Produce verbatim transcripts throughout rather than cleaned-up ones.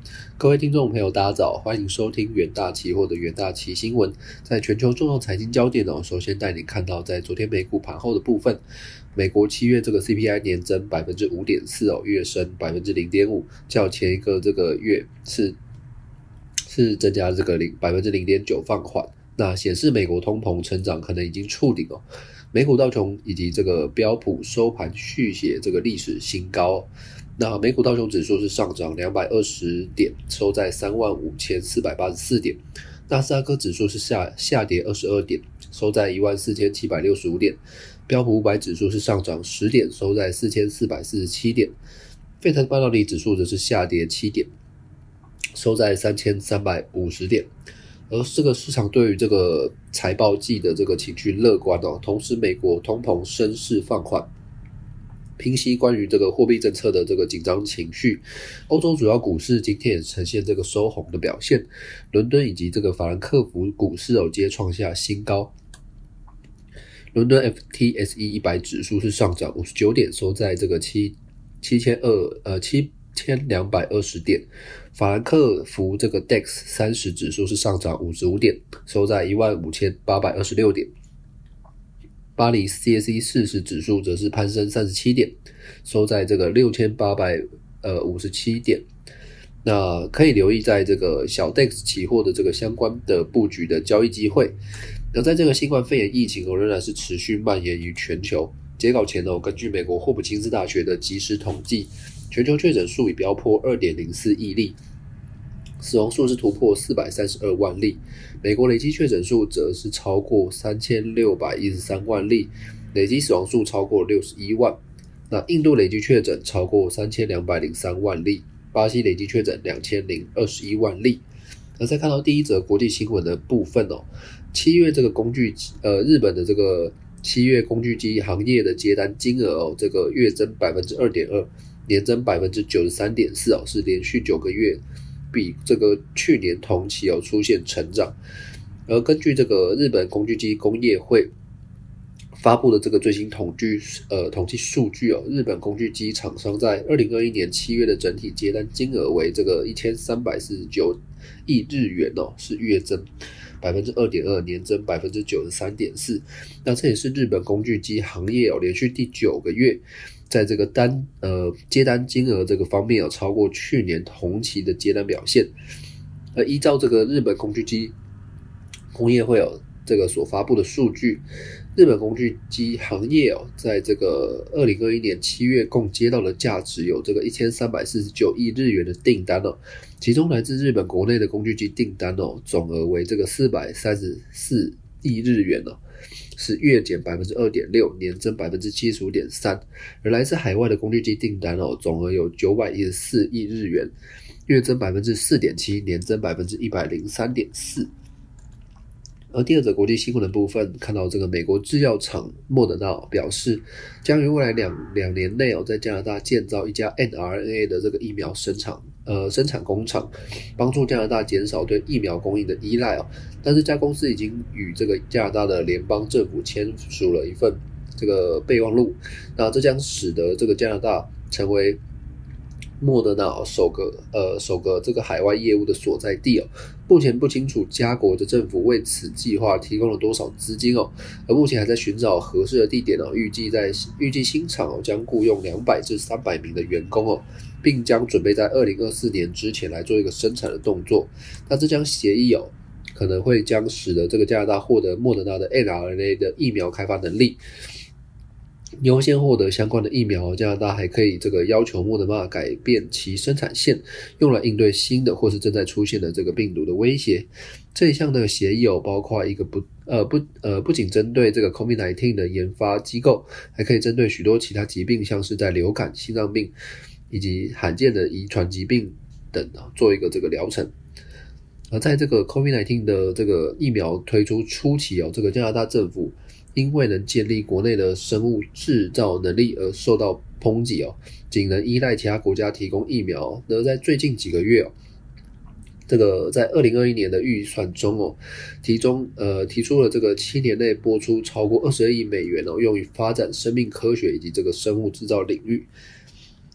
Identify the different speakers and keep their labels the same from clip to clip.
Speaker 1: 各位听众朋友大家早，欢迎收听元大期货的元大期新闻。在全球重要财经焦点哦，首先带你看到在昨天美股盘后的部分，美国七月这个 C P I 年增 百分之五点四 哦，月升 百分之零点五， 较前一个这个月是是增加这个 百分之零点九 放缓，那显示美国通膨成长可能已经触顶哦。美股道琼以及这个标普收盘续写这个历史新高哦。那美股道琼指数是上涨两百二十点，收在 三万五千四百八十四 点。纳斯达克指数是下下跌二十二点，收在 一万四千七百六十五 点。标普五百指数是上涨十点，收在 四千四百四十七 点。费城半导体指数则是下跌七点，收在三千三百五十点。而这个市场对于这个财报季的这个情绪乐观哦，同时美国通膨升势放缓，平息关于这个货币政策的这个紧张情绪，欧洲主要股市今天也呈现这个收红的表现，伦敦以及这个法兰克福股市哦皆创下新高。伦敦 F T S E 一百 指数是上涨五十九点，收在这个七七千二呃七千两百二十点。法兰克福这个 D A X 三十 指数是上涨五十五点，收在 一万五千八百二十六 点。巴黎 C A C 四十 指数则是攀升三十七点，收在这个 六千八百五十七 点。那可以留意在这个小 D A X 期货的这个相关的布局的交易机会。而在这个新冠肺炎疫情仍然是持续蔓延于全球。截稿前根据美国霍普金斯大学的即时统计，全球确诊数已飙破 二点零四亿例，死亡数是突破四百三十二万例，美国累计确诊数则是超过三千六百一十三万例，累计死亡数超过六十一万。那印度累计确诊超过三千两百零三万例，巴西累计确诊两千零二十一万例。而再看到第一则国际新闻的部分哦，七月这个工具呃日本的这个七月工具机行业的接单金额哦，这个月增 百分之二点二， 年增 百分之九十三点四 哦，是连续九个月比这个去年同期哦出现成长。而根据这个日本工具机工业会发布的这个最新统计呃统计数据哦，日本工具机厂商在二零二一年七月的整体接单金额为这个一千三百四十九亿日元哦，是月增 百分之二点二， 年增 百分之九十三点四。那这也是日本工具机行业哦连续第九个月在这个单呃接单金额这个方面有超过去年同期的接单表现。而依照这个日本工具机工业会有这个所发布的数据，日本工具机行业哦，在这个二零二一年七月共接到的价值有这个一千三百四十九亿日元的订单哦，其中来自日本国内的工具机订单哦，总额为这个四百三十四亿日元哦，是月减 百分之二点六， 年增 百分之七十五点三。 而来自海外的工具机订单哦，总额有九百一十四亿日元，月增 百分之四点七， 年增 百分之一百零三点四。而第二则国际新闻的部分，看到这个美国制药厂莫德纳表示，将于未来两两年内哦，在加拿大建造一家 M R N A 的这个疫苗生产呃生产工厂，帮助加拿大减少对疫苗供应的依赖哦。但是，这家公司已经与这个加拿大的联邦政府签署了一份这个备忘录，那这将使得这个加拿大成为莫德纳首个呃首个这个海外业务的所在地哦。目前不清楚加国的政府为此计划提供了多少资金哦，而目前还在寻找合适的地点哦。预计在预计新厂哦将雇用两百至三百名的员工哦，并将准备在二零二四年之前来做一个生产的动作。那这项协议哦，可能会将使得这个加拿大获得莫德纳的 M R N A 的疫苗开发能力。优先获得相关的疫苗，加拿大还可以这个要求莫德纳改变其生产线，用来应对新的或是正在出现的这个病毒的威胁。这一项的协议有包括一个不呃不呃不仅针对这个 COVID 十九 的研发机构，还可以针对许多其他疾病，像是在流感、心脏病以及罕见的遗传疾病等做一个这个疗程。而在这个 COVID 十九 的这个疫苗推出初期哦，这个加拿大政府因未能建立国内的生物制造能力而受到抨击哦，仅能依赖其他国家提供疫苗。而在最近几个月哦，这个在二零二一年的预算中哦，提中呃提出了这个七年内拨出超过二十二亿美元哦，用于发展生命科学以及这个生物制造领域。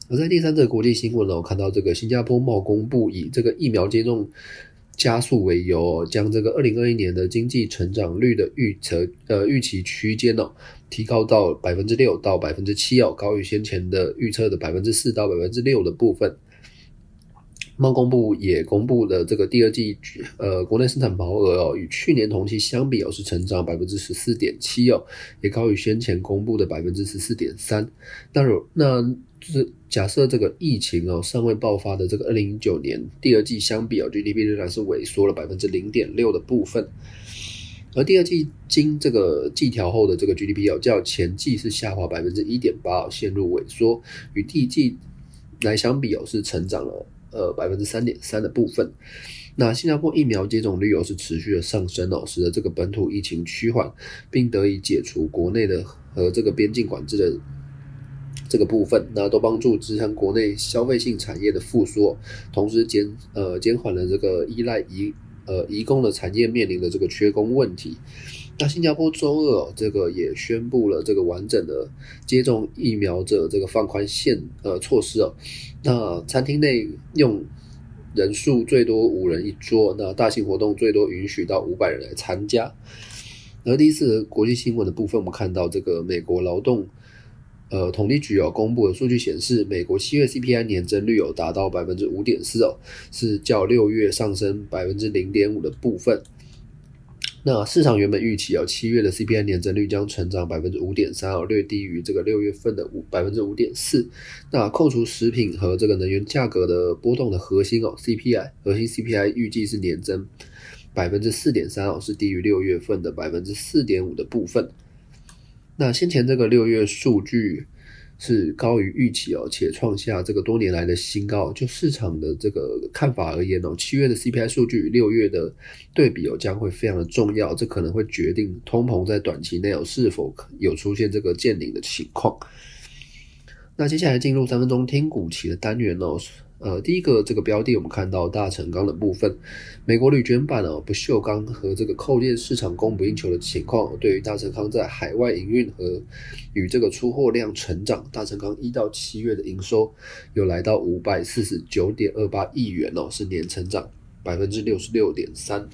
Speaker 1: 而在第三则国际新闻呢，我看到这个新加坡贸工部以这个疫苗接种加速为由，将这个二零二一年的经济成长率的预测呃预期区间哦，提高到 百分之六 到 百分之七 哦，高于先前的预测的 百分之四 到 百分之六 的部分。贸工部也公布了这个第二季呃国内生产毛额哦，与去年同期相比哦是成长 百分之十四点七 哦，也高于先前公布的 百分之十四点三。那那就是假设这个疫情哦尚未爆发的这个二零一九年第二季相比哦 G D P 仍然是萎缩了 百分之零点六 的部分。而第二季经这个季调后的这个 G D P 哦，较前季是下滑 百分之一点八 哦，陷入萎缩，与第一季来相比哦是成长了呃 百分之三点三 的部分。那新加坡疫苗接种率哦是持续的上升哦，使得这个本土疫情趋缓，并得以解除国内的和这个边境管制的这个部分，那都帮助支撑国内消费性产业的复苏，同时减呃减缓了这个依赖移呃移工的产业面临的这个缺工问题。那新加坡周二、哦、这个也宣布了这个完整的接种疫苗者这个放宽限呃措施哦。那餐厅内用人数最多五人一桌，那大型活动最多允许到五百人来参加。而第一次国际新闻的部分，我们看到这个美国劳动呃统计局有、哦、公布的数据显示，美国七月 C P I 年增率有达到 百分之五点四 哦，是较六月上升 百分之零点五 的部分。那市场原本预期哦，七月的 C P I 年增率将成长 百分之五点三 哦，略低于这个六月份的 百分之五点四。那扣除食品和这个能源价格的波动的核心哦 C P I 核心 C P I 预计是年增 百分之四点三 哦，是低于六月份的 百分之四点五 的部分。那先前这个六月数据是高于预期哦，且创下这个多年来的新高。就市场的这个看法而言哦，七月的 C P I 数据与六月的对比哦，将会非常的重要，这可能会决定通膨在短期内哦是否有出现这个见顶的情况。那接下来进入三分钟听股期的单元哦。呃，第一个这个标的我们看到大成钢的部分，美国铝卷板哦不锈钢和这个扣件市场供不应求的情况，对于大成钢在海外营运和与这个出货量成长，大成钢一到七月的营收有来到 五百四十九点二八亿元哦，是年成长 百分之六十六点三，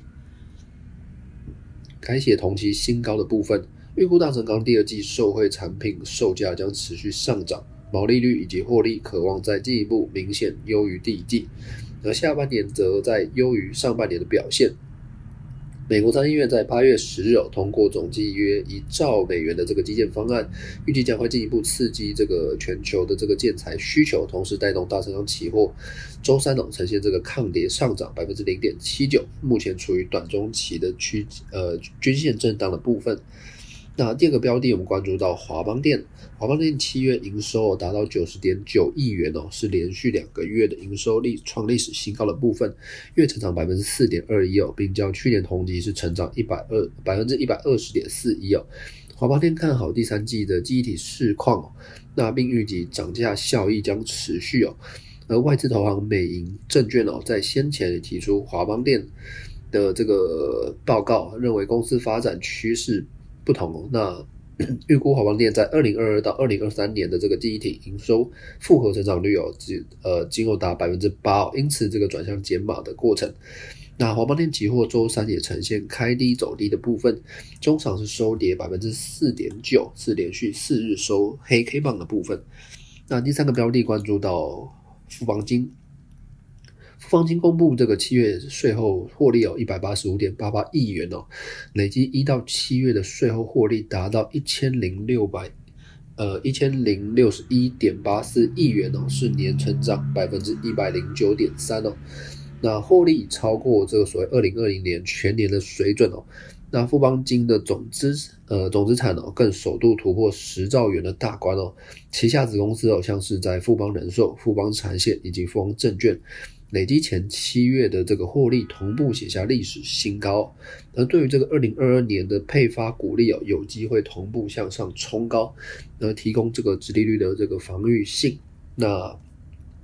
Speaker 1: 改写同期新高的部分。预估大成钢第二季受惠产品售价将持续上涨，毛利率以及获利可望再进一步明显优于第一季，而下半年则在优于上半年的表现。美国参议院在八月十日、哦、通过总计约一兆美元的这个基建方案，预计将会进一步刺激这个全球的这个建材需求，同时带动大成钢期货周三、哦、呈现这个抗跌上涨 百分之零点七九， 目前处于短中期的区呃均线震荡的部分。那第二个标的我们关注到华邦电，华邦电七月营收、哦、达到 九十点九亿元、哦、是连续两个月的营收历创历史新高的部分，月成长 百分之四点二一、哦、并较去年同期是成长 百分之一百二十点四一、哦。华邦电看好第三季的记忆体市况、哦、那并预计涨价效益将持续、哦、而外资投行美银证券、哦、在先前也提出华邦电的这个报告，认为公司发展趋势不同，那预估华邦电在二零二二到二零二三年的这个记忆体营收复合成长率哦，呃，仅有达 百分之八、哦、因此这个转向减码的过程。那华邦电期货周三也呈现开低走低的部分，中场是收跌 百分之四点九， 是连续四日收黑 K 棒的部分。那第三个标的关注到富邦金，富邦金公布这个七月税后获利哦 一百八十五点八八亿元哦，累计一到七月的税后获利达到一千零六百呃一千零六十一点八四亿元哦，是年成长 百分之一百零九点三 哦。那获利超过这个所谓二零二零年全年的水准哦。那富邦金的总资呃总资产哦更首度突破十兆元的大关哦，旗下子公司哦像是在富邦人寿、富邦产险以及富邦证券，累积前七月的这个获利同步写下历史新高，而对于这个二零二二年的配发股利哦，有机会同步向上冲高，而提供这个殖利率的这个防御性。那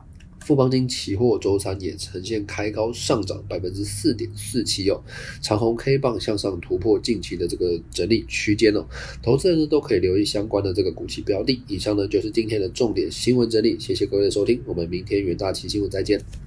Speaker 1: 富邦金期货周三也呈现开高上涨 百分之四点四七 哦，长红 K 棒向上突破近期的这个整理区间哦，投资人呢都可以留意相关的这个股息标的。以上呢就是今天的重点新闻整理，谢谢各位的收听，我们明天元大期新闻再见。